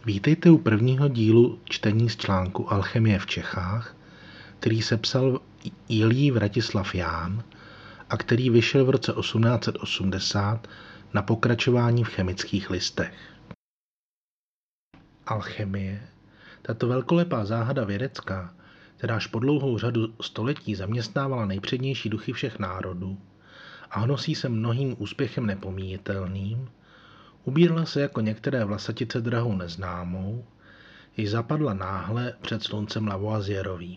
Vítejte u prvního dílu čtení z článku Alchemie v Čechách, který sepsal Iljí Vratislav Ján a který vyšel v roce 1880 na pokračování v chemických listech. Alchemie, tato velkolepá záhada vědecká, kteráž po dlouhou řadu století zaměstnávala nejpřednější duchy všech národů a honosí se mnohým úspěchem nepomíjitelným, ubírala se jako některé vlasatice drahou neznámou, jež zapadla náhle před sluncem Lavoisierovým.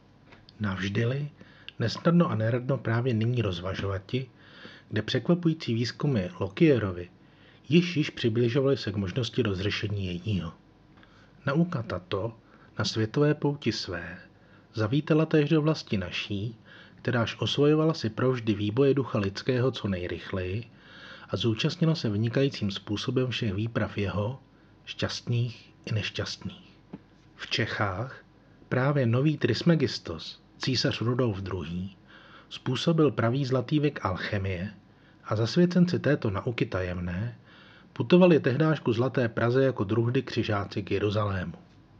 Navždyli, nesnadno a neradno právě nyní rozvažovati, kde překvapující výzkumy Locquierovi již přibližovaly se k možnosti rozřešení jejího. Nauka tato na světové pouti své zavítala též do vlasti naší, kteráž osvojovala si provždy výboje ducha lidského co nejrychleji a zúčastnila se vynikajícím způsobem všech výprav jeho, šťastných i nešťastných. V Čechách právě nový Trismegistos, císař Rudolf II., způsobil pravý zlatý věk alchemie a zasvěcenci této nauky tajemné putovali tehdáž ku zlaté Praze jako druhdy křižáci k Jeruzalému.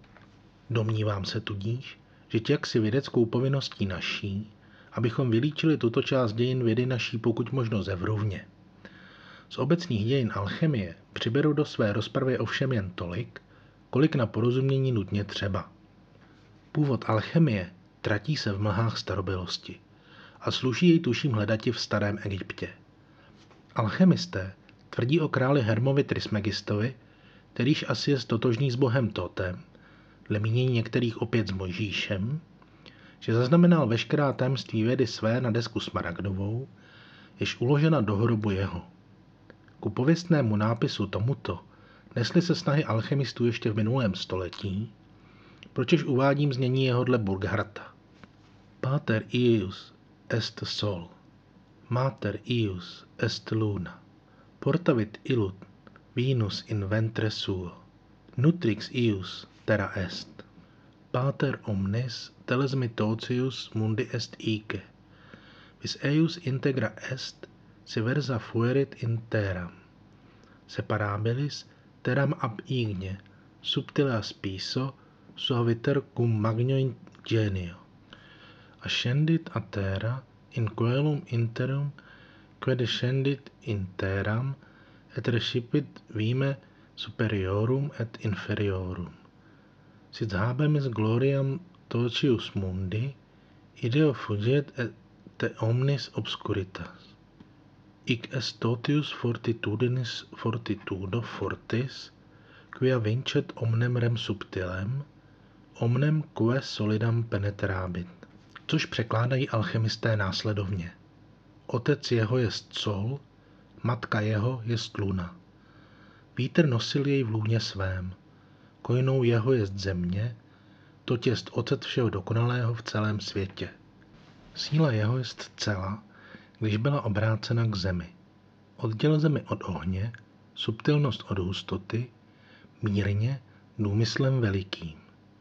Domnívám se tudíž, že jaksi vědeckou povinností naší, abychom vylíčili tuto část dějin vědy naší pokud možno zevruvně. Z obecných dějin alchemie přiberu do své rozpravy ovšem jen tolik, kolik na porozumění nutně třeba. Původ alchemie tratí se v mlhách starobylosti a sluší jej tuším hledati v starém Egyptě. Alchemisté tvrdí o králi Hermovi Trismegistovi, kterýž asi je totožný s bohem Tótem, dle mínění některých opět s Mojžíšem, že zaznamenal veškerá tajemství vědy své na desku smaragdovou, jež uložena do hrobu jeho. Ku pověstnému nápisu tomuto nesly se snahy alchemistů ještě v minulém století, pročež uvádím znění jeho dle Burgharta. Pater eius est sol, mater eius est luna, portavit illud Venus in ventre suo, nutrix eius terra est. Pater omnes telesmi totius mundi est ike, vis eius integra est, si versa fuerit in terram, separabilis terram ab igne, subtila spiso, suaviter cum magno genio. Ascendit a terra in coelum interum, quod descendit in terram, et recipit vime superiorum et inferiorum. Sit habemis gloriam totius mundi, ideo fugit et te omnis obscuritas. Hic est totius fortitudinis fortitudo fortis, quia vincet omnem rem subtilem, omnem quae solidam penetrabit. Což překládají alchemisté následovně. Otec jeho jest sol, matka jeho jest luna. Vítr nosil jej v lůně svém. Kojnou jeho jest země, toť jest otec všeho dokonalého v celém světě. Síla jeho jest cela, když byla obrácena k zemi. Odděl zemi od ohně, subtilnost od hustoty, mírně, důmyslem velikým.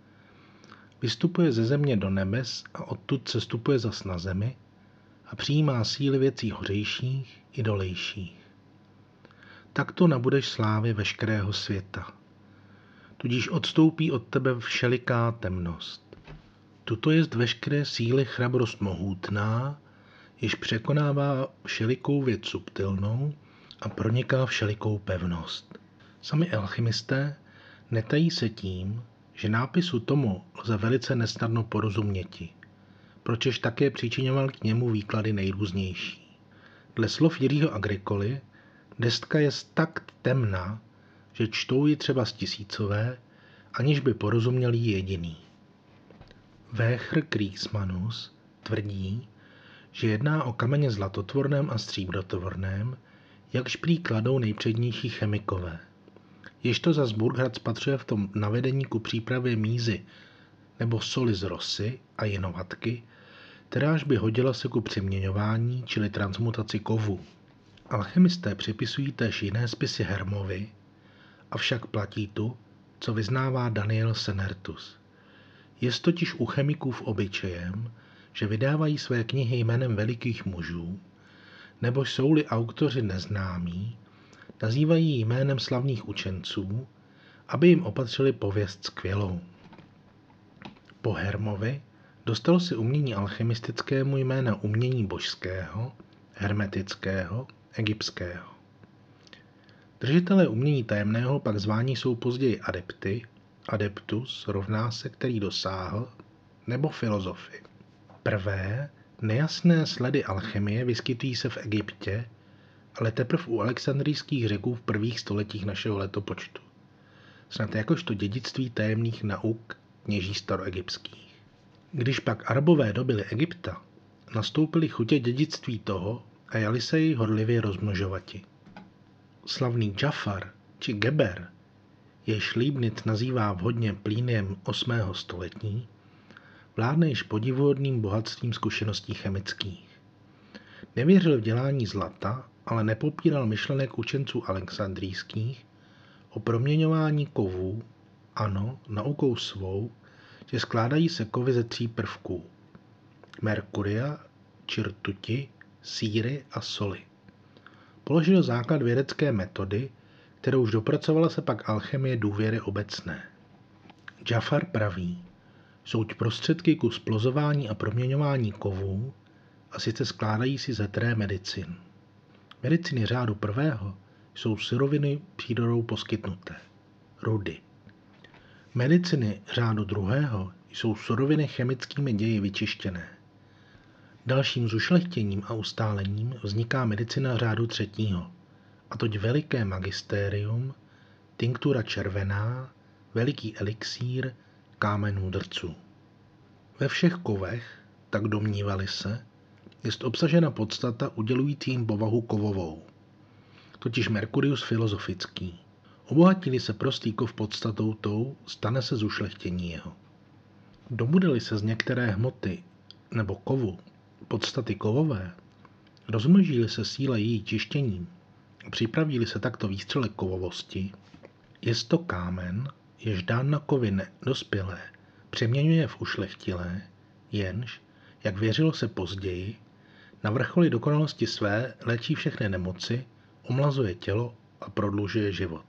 Vystupuje ze země do nebes a odtud sestupuje zas na zemi a přijímá síly věcí hořejších i dolejších. Takto nabudeš slávy veškerého světa. Tudíž odstoupí od tebe všeliká temnost. Tuto jest veškeré síly chrabrost mohutná, jež překonává všelikou věc subtilnou a proniká všelikou pevnost. Sami alchymisté netají se tím, že nápisu tomu lze velice nesnadno porozuměti, pročež také přičiňoval k němu výklady nejrůznější. Dle slov Jiřího Agrikoly deska je tak temná, že čtou ji třeba z tisícové, aniž by porozuměl jí jediný. Wecher Kriesmanus tvrdí, že jedná o kameně zlatotvorném a stříbrotvorném, jakž prý kladou nejpřednější chemikové. Ježto zas Burghard spatřuje v tom navedení ku přípravě mízy nebo soli z rosy a jinovatky, kteráž by hodila se ku přeměňování, čili transmutaci kovů. Alchemisté připisují též jiné spisy Hermovi, avšak platí tu, co vyznává Daniel Sennertus. Jest totiž u chemiků v obyčejem, že vydávají své knihy jménem velikých mužů, nebo jsou-li autoři neznámí, nazývají jménem slavných učenců aby jim opatřili pověst skvělou. Po Hermovi dostalo si umění alchymistickému jména umění božského, hermetického, egyptského. Držitelé umění tajemného pak zváni jsou později adepty, adeptus rovná se, který dosáhl, nebo filozofy. Prvé, nejasné sledy alchymie vyskytují se v Egyptě, ale teprve u alexandrijských Řeků v prvních stoletích našeho letopočtu. Snad jakožto dědictví tajemných nauk kněží staroegyptských. Když pak Arabové dobyli Egypta, nastoupily chutě dědictví toho a jali se jej horlivě rozmnožovati. Slavný Džafar či Geber, jež Leibniz nazývá vhodně Plíniem 8. století, vládne již podivuhodným bohatstvím zkušeností chemických. Nevěřil v dělání zlata, ale nepopíral myšlenek učenců alexandrijských o proměňování kovů, ano, naukou svou, že skládají se kovy ze 3 prvků: merkuria, či rtuti, síry a soli. Položil základ vědecké metody, kterou už dopracovala se pak alchemie důvěry obecné. Džafar praví, jsou prostředky ku splozování a proměňování kovů, a sice skládají si ze 3 medicin. Mediciny řádu prvého jsou suroviny přírodou poskytnuté, rudy. Mediciny řádu druhého jsou suroviny chemickými ději vyčištěné. Dalším zušlechtěním a ustálením vzniká medicina řádu třetího, a toť veliké magistérium, tinktura červená, veliký elixír kámenů drců. Ve všech kovech, tak domnívali se, jest obsažena podstata udělující jim povahu kovovou, totiž Mercurius filozofický. Obohatili se prostý kov podstatou tou, stane se zušlechtění jeho. Dobudeli se z některé hmoty nebo kovu podstaty kovové, rozmnožili se síla její čištěním a připravili se takto výstřelek kovovosti, jest to kámen, jež dán na kovy dospělé, přeměňuje v ušlechtilé, jenž, jak věřilo se později, na vrcholi dokonalosti své léčí všechny nemoci, omlazuje tělo a prodlužuje život.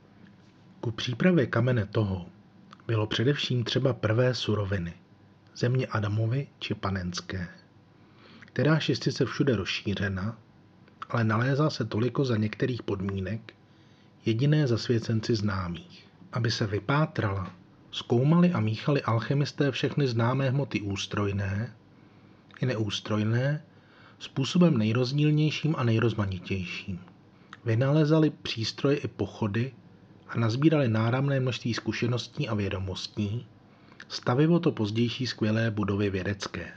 Ku přípravě kamene toho bylo především třeba prvé suroviny, země Adamovy či panenské, kteráž je sice všude rozšířena, ale nalézá se toliko za některých podmínek, jediné zasvěcenci známých. Aby se vypátrala, zkoumali a míchali alchymisté všechny známé hmoty ústrojné i neústrojné způsobem nejrozdílnějším a nejrozmanitějším. Vynalezali přístroje i pochody a nazbírali náramné množství zkušeností a vědomostí, stavivo to pozdější skvělé budovy vědecké.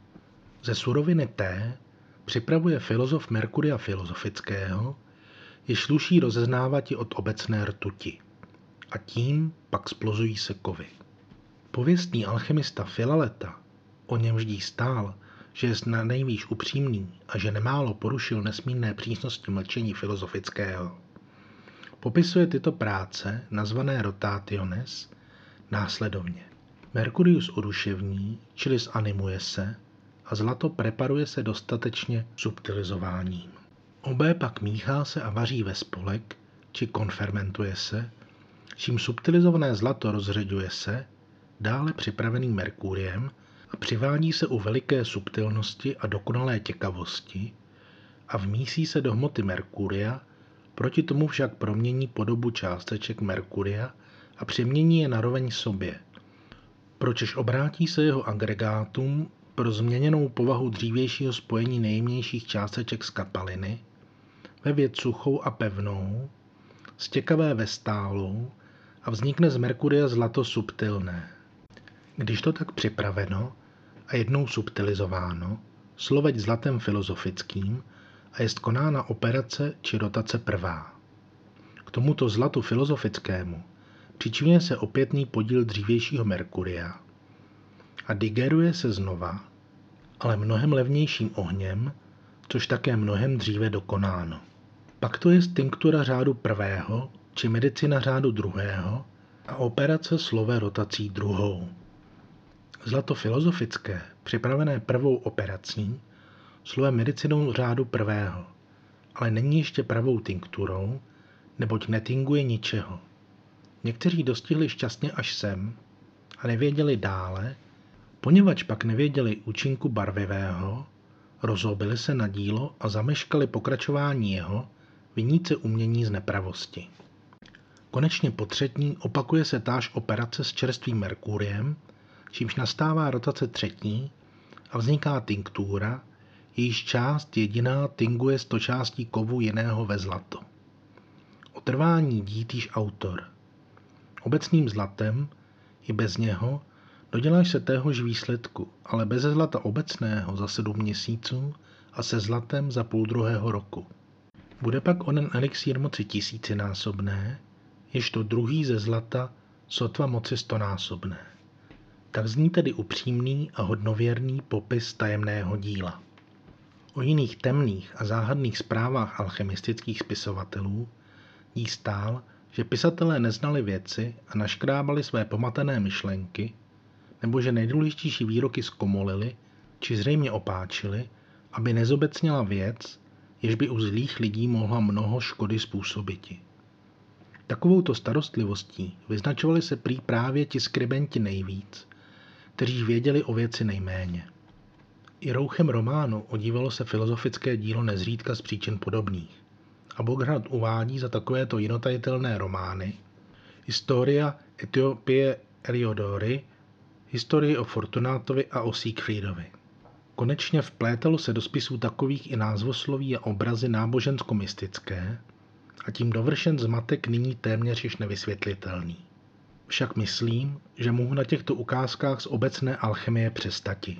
Ze suroviny té připravuje filozof Merkuria filozofického, jež sluší rozeznávati od obecné rtuti. A tím pak splozují se kovy. Pověstný alchymista Filaleta, o něm vždy stál, že je na nejvýš upřímný a že nemálo porušil nesmírné přísnosti mlčení filozofického, popisuje tyto práce, nazvané rotationes, následovně. Mercurius oduševní, čili zanimuje se, a zlato preparuje se dostatečně subtilizováním. Obé pak míchá se a vaří ve spolek, či konfermentuje se, čím subtilizované zlato rozředuje se, dále připraveným Merkuriem, a přivádí se u veliké subtilnosti a dokonalé těkavosti a vmísí se do hmoty Merkuria, proti tomu však promění podobu částeček Merkuria a přemění je naroveň sobě. Pročež obrátí se jeho agregátum pro změněnou povahu dřívějšího spojení nejjemnějších částeček z kapaliny ve věc suchou a pevnou, stěkavé ve stálou a vznikne z Merkuria zlato subtilné. Když to tak připraveno a jednou subtilizováno, sloveť zlatem filozofickým a jest konána operace či rotace prvá. K tomuto zlatu filozofickému přičinuje se opětný podíl dřívějšího Merkuria a digeruje se znova, ale mnohem levnějším ohněm, což také mnohem dříve dokonáno. Pak to je tinktura řádu prvého či medicina řádu druhého a operace slové rotací druhou. Zlato filozofické, připravené prvou operací, slové medicinou řádu prvého, ale není ještě pravou tinkturou, neboť netinguje ničeho. Někteří dostihli šťastně až sem a nevěděli dále, poněvadž pak nevěděli účinku barvivého, rozlobili se na dílo a zameškali pokračování jeho, viníce umění z nepravosti. Konečně potřetí opakuje se táž operace s čerstvým merkuriem, čímž nastává rotace třetí a vzniká tinktúra, jejíž část jediná tinguje 100 částí kovu jiného ve zlato. O trvání dí týž autor. Obecným zlatem, i bez něho, doděláš se téhož výsledku, ale beze zlata obecného za 7 měsíců a se zlatem za půldruhého roku. Bude pak onen elixír moci 1000násobné, ježto druhý ze zlata sotva moci 100násobné. Tak zní tedy upřímný a hodnověrný popis tajemného díla. O jiných temných a záhadných zprávách alchemistických spisovatelů jí stál, že pisatelé neznali věci a naškrábali své pomatené myšlenky, nebo že nejdůležitější výroky zkomolili, či zřejmě opáčili, aby nezobecněla věc, jež by u zlých lidí mohla mnoho škody způsobiti. Takovouto starostlivostí vyznačovali se prý právě ti skribenti nejvíc, kteří věděli o věci nejméně. I rouchem románu odívalo se filozofické dílo nezřídka z příčin podobných. A Boghrad uvádí za takovéto jinotajitelné romány Historia Etiopie Eriodory, historii o Fortunátovi a o Siegfriedovi. Konečně vplétalo se do spisů takových i názvosloví a obrazy nábožensko-mystické a tím dovršen zmatek nyní téměř již nevysvětlitelný. Však myslím, že mohu na těchto ukázkách z obecné alchemie přestati.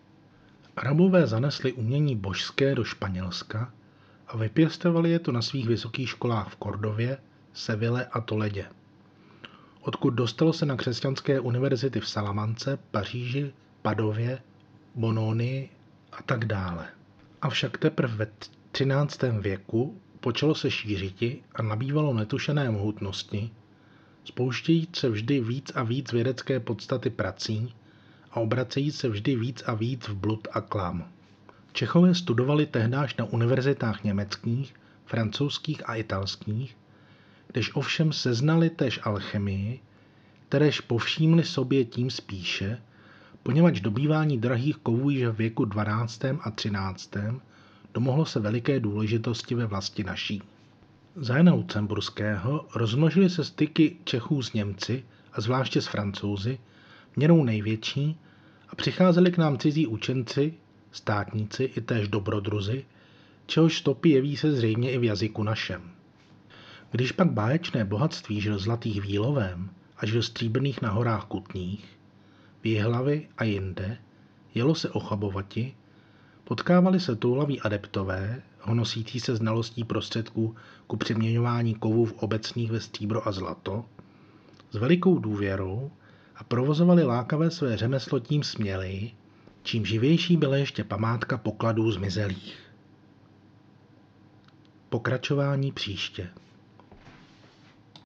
Arabové zanesli umění božské do Španělska a vypěstovali je to na svých vysokých školách v Kordově, Seville a Toledě, odkud dostalo se na křesťanské univerzity v Salamance, Paříži, Padově, Bononii a tak dále. Avšak teprve ve 13. věku počalo se šířiti a nabývalo netušené mohutnosti, spouštějíc se vždy víc a víc vědecké podstaty prací a obracejí se vždy víc a víc v blud a klam. Čechové studovali tehdáž na univerzitách německých, francouzských a italských, kdež ovšem seznali též alchemii, kteréž povšímli sobě tím spíše, poněvadž dobývání drahých kovů již v věku 12. a 13. domohlo se veliké důležitosti ve vlasti naší. Za Jana Lucemburského rozmnožily se styky Čechů s Němci a zvláště s Francouzi měrou největší a přicházeli k nám cizí učenci, státníci i též dobrodruzi, čehož stopy jeví se zřejmě i v jazyku našem. Když pak báječné bohatství žil zlatých v Jílovém a žil stříbrných na horách Kutných, v Jihlavi a jinde, jelo se ochabovati, potkávali se toulaví adeptové, honosící se znalostí prostředků ku přeměňování kovů v obecných ve stříbro a zlato, s velikou důvěrou a provozovali lákavé své řemeslo tím směleji, čím živější byla ještě památka pokladů zmizelých. Pokračování příště.